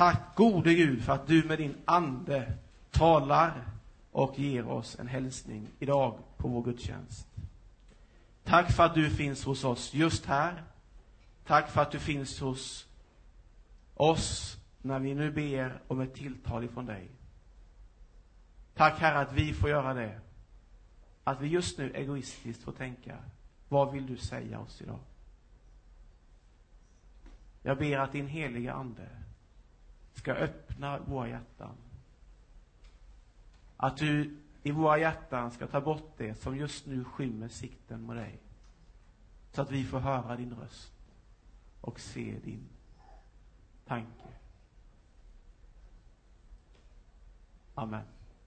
Tack gode Gud för att du med din ande talar och ger oss en hälsning idag på vår gudstjänst. Tack för att du finns hos oss just här. Tack för att du finns hos oss när vi nu ber om ett tilltal ifrån dig. Tack Herre att vi får göra det. Att vi just nu egoistiskt får tänka, vad vill du säga oss idag? Jag ber att din heliga ande ska öppna våra hjärtan. Att du i våra hjärtan ska ta bort det som just nu skymmer sikten med dig. Så att vi får höra din röst och se din tanke. Amen.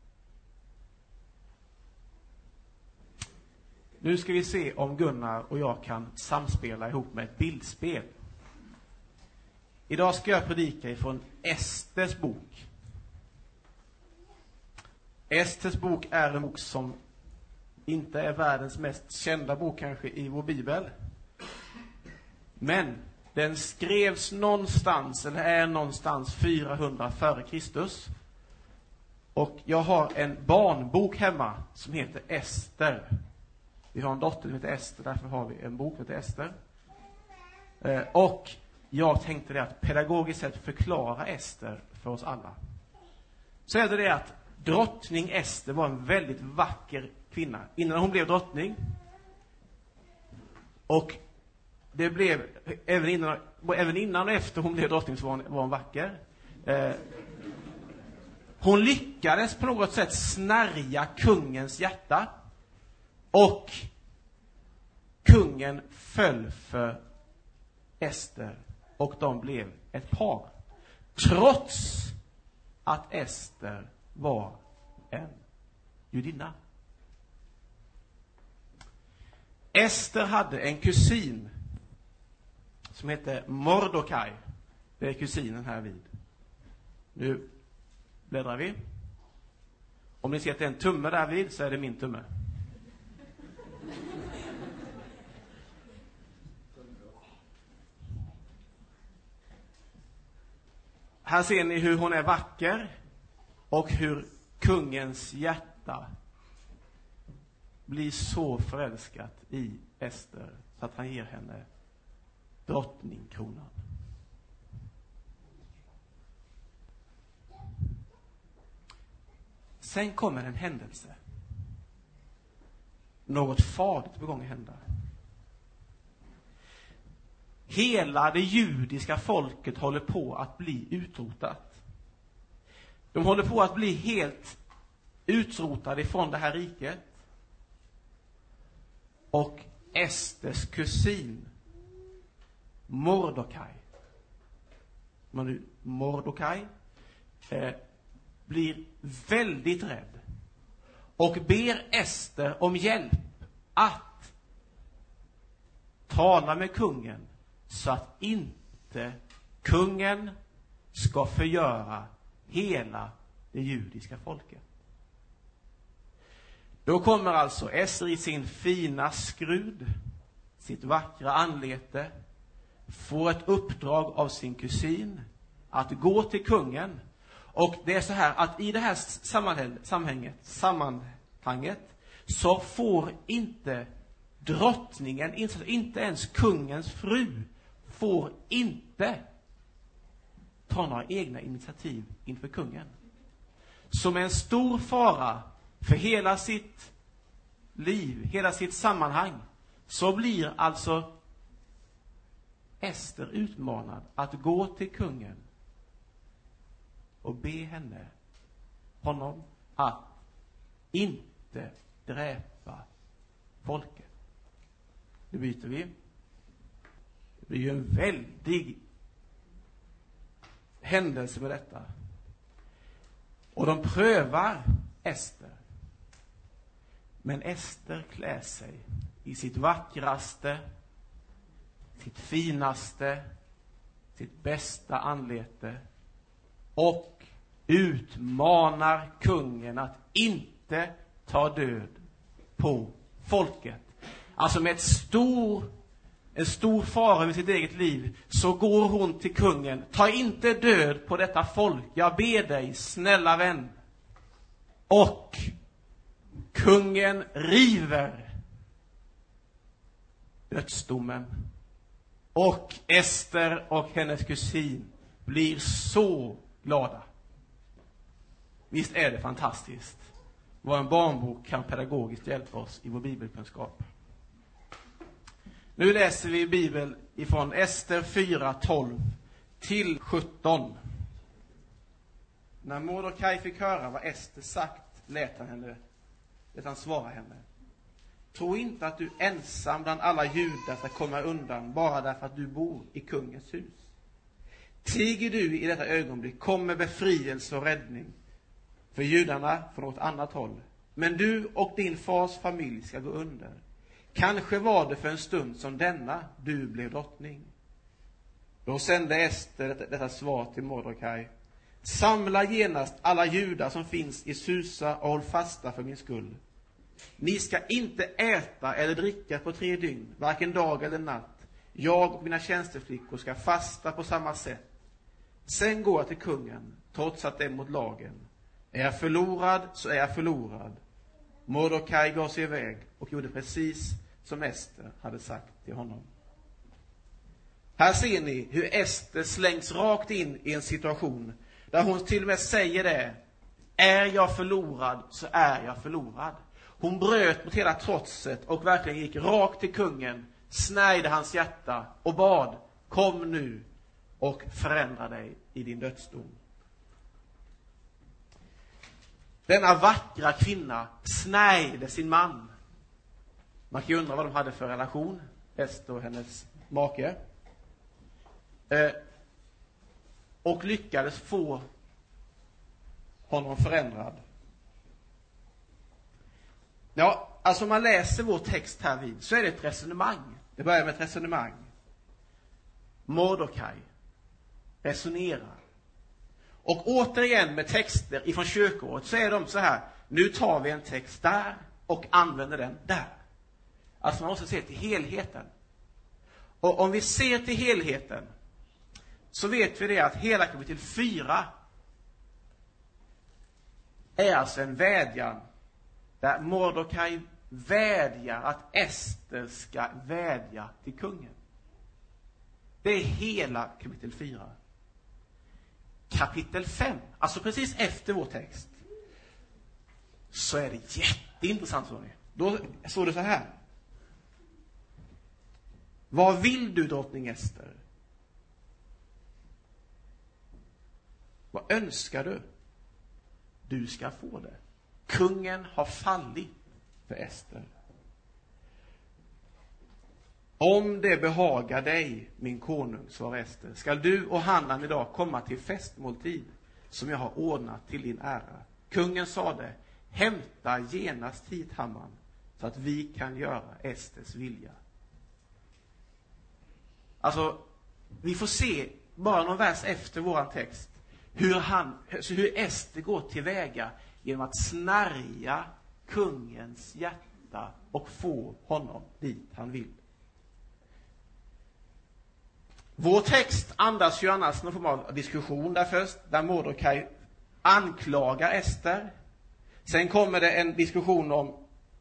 Nu ska vi se om Gunnar och jag kan samspela ihop med ett bildspel. Idag ska jag predika ifrån Esters bok. Esters bok är en bok som inte är världens mest kända bok kanske i vår bibel. Men den skrevs någonstans, eller är någonstans 400 före Kristus. Och jag har en barnbok hemma som heter Ester. Vi har en dotter som heter Ester, därför har vi en bok som heter Ester. Och jag tänkte det att pedagogiskt sett förklara Ester för oss alla. Så är det att drottning Ester var en väldigt vacker kvinna innan hon blev drottning. Och det blev även innan och efter hon blev drottning så var hon vacker. Hon lyckades på något sätt snärja kungens hjärta. Och kungen föll för Ester och de blev ett par. Trots att Ester var en judinna. Ester hade en kusin som hette Mordokaj. Det är kusinen här vid. Nu bläddrar vi. Om ni ser att det är en tumme där vid så är det min tumme. Här ser ni hur hon är vacker och hur kungens hjärta blir så förälskat i Ester så att han ger henne drottningkronan. Sen kommer en händelse. Något farligt på gång att hända. Hela det judiska folket håller på att bli utrotat. De håller på att bli helt utrotade ifrån det här riket. Och Esters kusin Mordokaj blir väldigt rädd och ber Ester om hjälp att tala med kungen så att inte kungen ska förgöra hela det judiska folket. Då kommer alltså Ester i sin fina skrud, sitt vackra anlete, får ett uppdrag av sin kusin att gå till kungen. Och det är så här att i det här sammanhanget så får inte drottningen, inte ens kungens fru, får inte ta några egna initiativ inför kungen. Som är en stor fara för hela sitt liv, hela sitt sammanhang, så blir alltså Ester utmanad att gå till kungen och be honom att inte dräpa folket. Nu byter vi. Det blir ju en väldig händelse med detta. Och de prövar Ester. Men Ester klär sig i sitt vackraste, sitt finaste, sitt bästa anlete och utmanar kungen att inte ta död på folket. Alltså med ett stor en stor fara med sitt eget liv, så går hon till kungen. Ta inte död på detta folk, jag ber dig, snälla vän. Och kungen river dödsdomen. Och Ester och hennes kusin blir så glada. Visst är det fantastiskt vad en barnbok kan pedagogiskt hjälpa oss i vår bibelkunskap. Nu läser vi Bibeln ifrån Ester 4:12 till 17. När Mordokaj fick höra vad Ester sagt, lät han svara henne. Tro inte att du ensam bland alla judar ska komma undan bara därför att du bor i kungens hus. Tiger du i detta ögonblick kommer befrielse och räddning för judarna från något annat håll. Men du och din fars familj ska gå under. Kanske var det för en stund som denna du blev drottning. Då sände Ester detta svar till Mordokaj. Samla genast alla judar som finns i Susa och håll fasta för min skull. Ni ska inte äta eller dricka på 3 dygn, varken dag eller natt. Jag och mina tjänsteflickor ska fasta på samma sätt. Sen går jag till kungen, trots att det är mot lagen. Är jag förlorad så är jag förlorad. Mordokaj gav sig iväg och gjorde precis som Ester hade sagt till honom. Här ser ni hur Ester slängs rakt in i en situation där hon till och med säger det. Är jag förlorad så är jag förlorad. Hon bröt mot hela trotset och verkligen gick rakt till kungen, snärjde hans hjärta och bad, kom nu och förändra dig i din dödsdom. Denna vackra kvinna snärjde sin man. Man kan ju undra vad de hade för relation, Ester och hennes make. Och lyckades få honom förändrad. Ja, alltså om man läser vår text här vid så är det ett resonemang. Det börjar med ett resonemang. Mordokaj resonerar. Och återigen med texter ifrån kyrkoåret så är de så här. Nu tar vi en text där och använder den där. Alltså man måste se till helheten. Och om vi ser till helheten så vet vi det att hela kapitel 4 är alltså en vädjan där Mordokaj vädjar att Ester ska vädja till kungen. Det är hela kapitel 4. Kapitel 5, alltså precis efter vår text, så är det jätteintressant. Då står det så här. Vad vill du, drottning Ester? Vad önskar du? Du ska få det. Kungen har fallit för Ester. Om det behagar dig, min konung, svarar Ester, ska du och Hanan idag komma till festmåltid som jag har ordnat till din ära. Kungen sade, hämta genast hit Haman så att vi kan göra Esters vilja. Alltså, vi får se bara någon vers efter våran text hur Ester går tillväga genom att snärja kungens hjärta och få honom dit han vill. Vår text andas ju annars någon form av diskussion där först, där Mordokaj anklagar Ester. Sen kommer det en diskussion om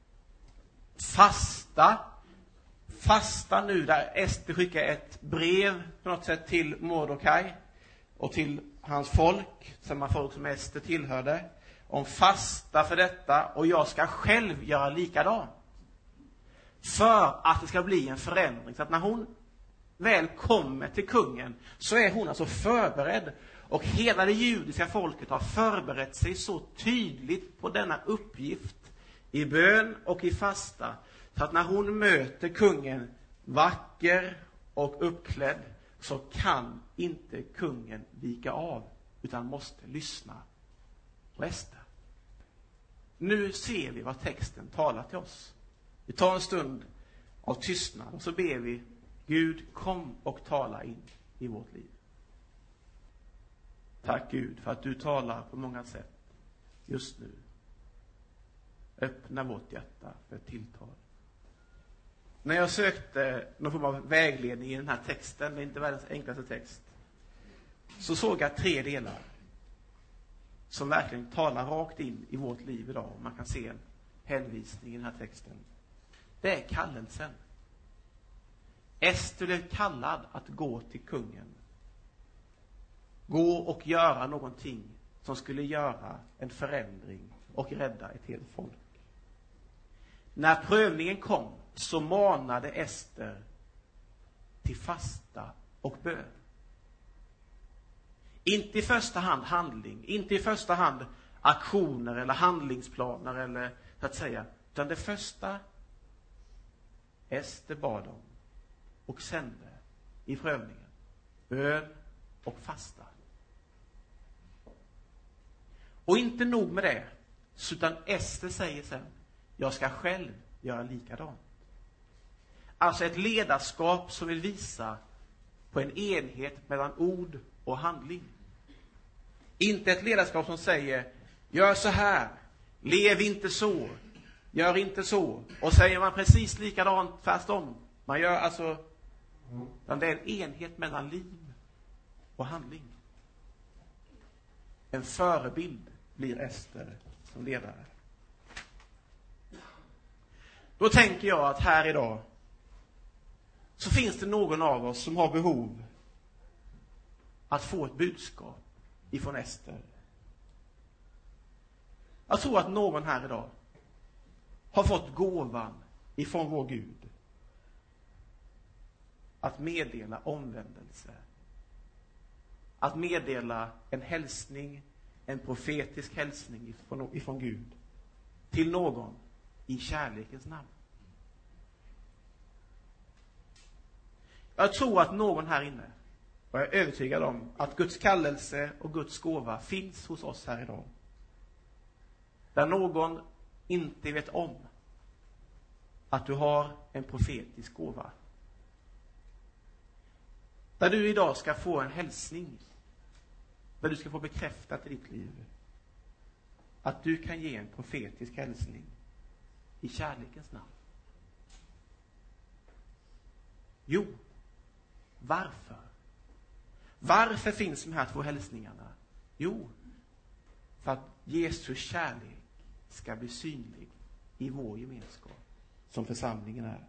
fasta nu, där Ester skickar ett brev på något sätt till Mordokaj och till hans folk, samma folk som Ester tillhörde, om fasta för detta, och jag ska själv göra likadant för att det ska bli en förändring, så att när hon väl kommer till kungen så är hon alltså förberedd, och hela det judiska folket har förberett sig så tydligt på denna uppgift i bön och i fasta, så att när hon möter kungen vacker och uppklädd så kan inte kungen vika av utan måste lyssna på Ester. Nu ser vi vad texten talar till oss. Vi tar en stund av tystnad och så ber vi, Gud, kom och tala in i vårt liv. Tack Gud för att du talar på många sätt just nu. Öppna vårt hjärta för ett tilltal. När jag sökte någon form av vägledning i den här texten, det är inte världens enklaste text, så såg jag 3 delar som verkligen talar rakt in i vårt liv idag. Man kan se en hänvisning i den här texten. Det är kallelsen. Ester blev kallad att gå till kungen. Gå och göra någonting som skulle göra en förändring och rädda ett helt folk. När prövningen kom så manade Ester till fasta och bön. Inte i första hand handling, inte i första hand aktioner eller handlingsplaner eller så att säga, utan det första Ester bad om och sände i prövningen: bön och fasta. Och inte nog med det, utan Ester säger sen: jag ska själv göra likadant. Alltså ett ledarskap som vill visa på en enhet mellan ord och handling. Inte ett ledarskap som säger: gör så här, lev inte så, gör inte så. Och säger man precis likadant fast om. Man gör alltså, det är en enhet mellan liv och handling. En förebild blir Ester som ledare. Då tänker jag att här idag så finns det någon av oss som har behov att få ett budskap ifrån Ester. Jag tror att någon här idag har fått gåvan ifrån vår Gud att meddela omvändelse. Att meddela en hälsning, en profetisk hälsning ifrån Gud till någon i kärlekens namn. Jag tror att någon här inne, och jag är övertygad om att Guds kallelse och Guds gåva finns hos oss här idag. Där någon inte vet om att du har en profetisk gåva. Där du idag ska få en hälsning. Där du ska få bekräftat i ditt liv att du kan ge en profetisk hälsning i kärlekens namn. Jo, varför? Varför finns de här 2 hälsningarna? Jo, för att Jesus kärlek ska bli synlig i vår gemenskap som församlingen är.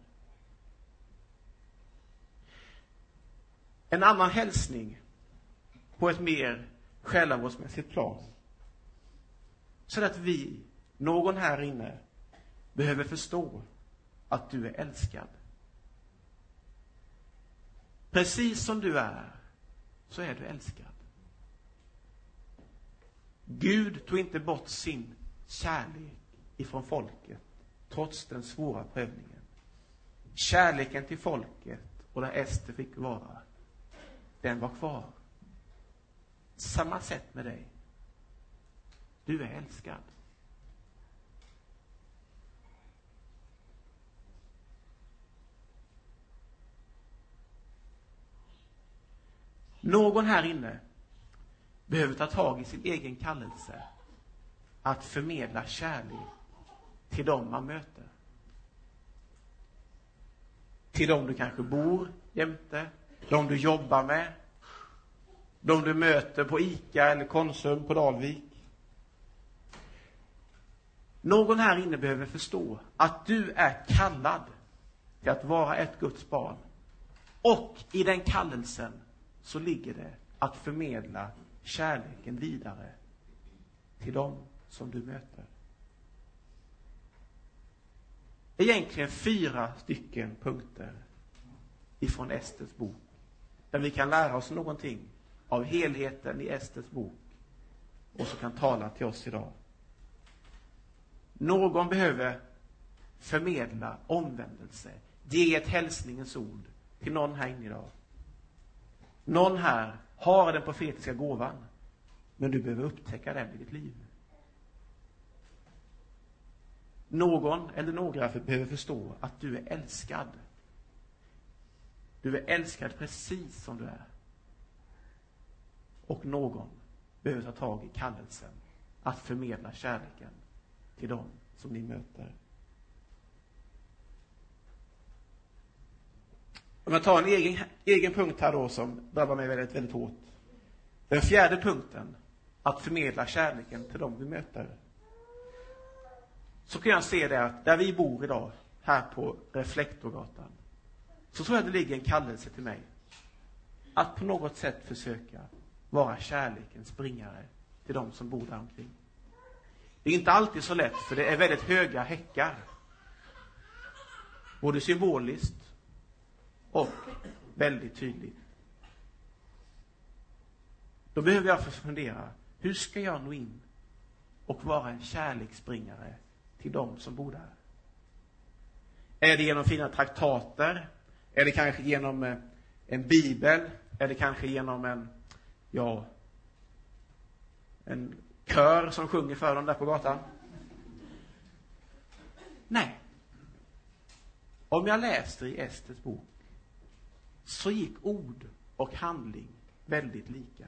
En annan hälsning på ett mer själavårdsmässigt plan, så att vi, någon här inne, behöver förstå att du är älskad. Precis som du är, så är du älskad. Gud tog inte bort sin kärlek ifrån folket trots den svåra prövningen. Kärleken till folket och där Ester fick vara, den var kvar. Samma sätt med dig. Du är älskad. Någon här inne behöver ta tag i sin egen kallelse att förmedla kärlek till dem man möter. Till dem du kanske bor jämte, dem du jobbar med, dem du möter på ICA eller Konsum på Dalvik. Någon här inne behöver förstå att du är kallad till att vara ett Guds barn. Och i den kallelsen så ligger det att förmedla kärleken vidare till dem som du möter. Egentligen 4 stycken punkter ifrån Esters bok, där vi kan lära oss någonting av helheten i Esters bok och så kan tala till oss idag. Någon behöver förmedla omvändelse, ge ett hälsningens ord till någon här inne idag. Någon här har den profetiska gåvan, men du behöver upptäcka den i ditt liv. Någon eller några behöver förstå att du är älskad. Du är älskad precis som du är. Och någon behöver ta tag i kallelsen att förmedla kärleken till dem som ni möter. Om jag tar en egen punkt här då som drabbar mig väldigt, väldigt hårt. Den fjärde punkten, att förmedla kärleken till dem vi möter. Så kan jag se det att där vi bor idag, här på Reflektorgatan, så tror jag det ligger en kallelse till mig. Att på något sätt försöka vara kärlekens springare till dem som bor där omkring. Det är inte alltid så lätt, för det är väldigt höga häckar. Både symboliskt och väldigt tydligt. Då behöver jag fundera, hur ska jag nå in och vara en kärleksspringare till dem som bor där? Är det genom fina traktater? Är det kanske genom en bibel? Är det kanske genom en kör som sjunger för dem där på gatan? Nej. Om jag läser i Esters bok, så gick ord och handling väldigt lika.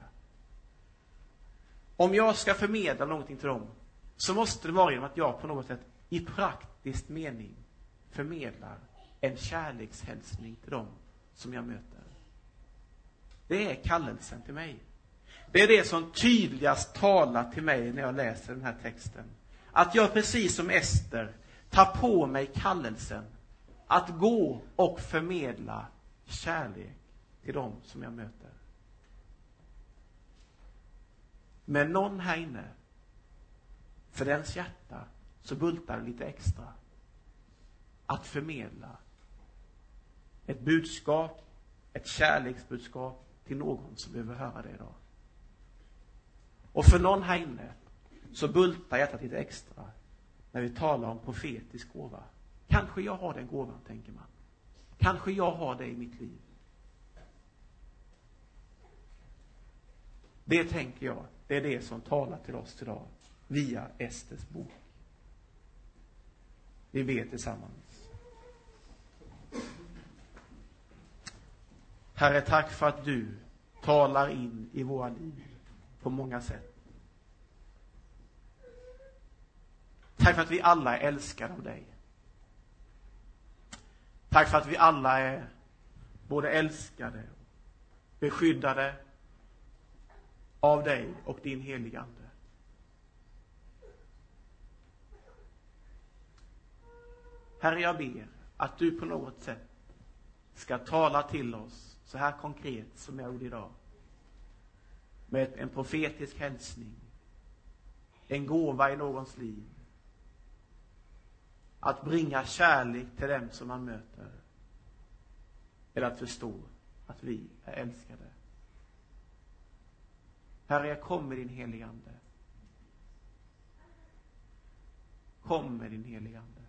Om jag ska förmedla någonting till dem, så måste det vara genom att jag på något sätt i praktisk mening förmedlar en kärlekshälsning till dem som jag möter. Det är kallelsen till mig. Det är det som tydligast talar till mig när jag läser den här texten. Att jag precis som Ester tar på mig kallelsen att gå och förmedla kärlek till dem som jag möter. Men någon här inne, för dens hjärta så bultar det lite extra att förmedla ett budskap, ett kärleksbudskap till någon som behöver höra det idag. Och för någon här inne så bultar hjärtat lite extra när vi talar om profetisk gåva. Kanske jag har den gåvan, tänker man. Kanske jag har det i mitt liv. Det tänker jag, det är det som talar till oss idag via Esters bok. Vi vet tillsammans. Herre, tack för att du talar in i våra liv på många sätt. Tack för att vi alla är älskade av dig. Tack för att vi alla är både älskade och beskyddade av dig och din heliga Ande. Herre, jag ber att du på något sätt ska tala till oss så här konkret som jag gjorde idag. Med en profetisk hälsning. En gåva i någons liv. Att bringa kärlek till dem som man möter. Eller att förstå att vi är älskade. Herre, jag kommer din heliga Ande. Kom med din heliga Ande.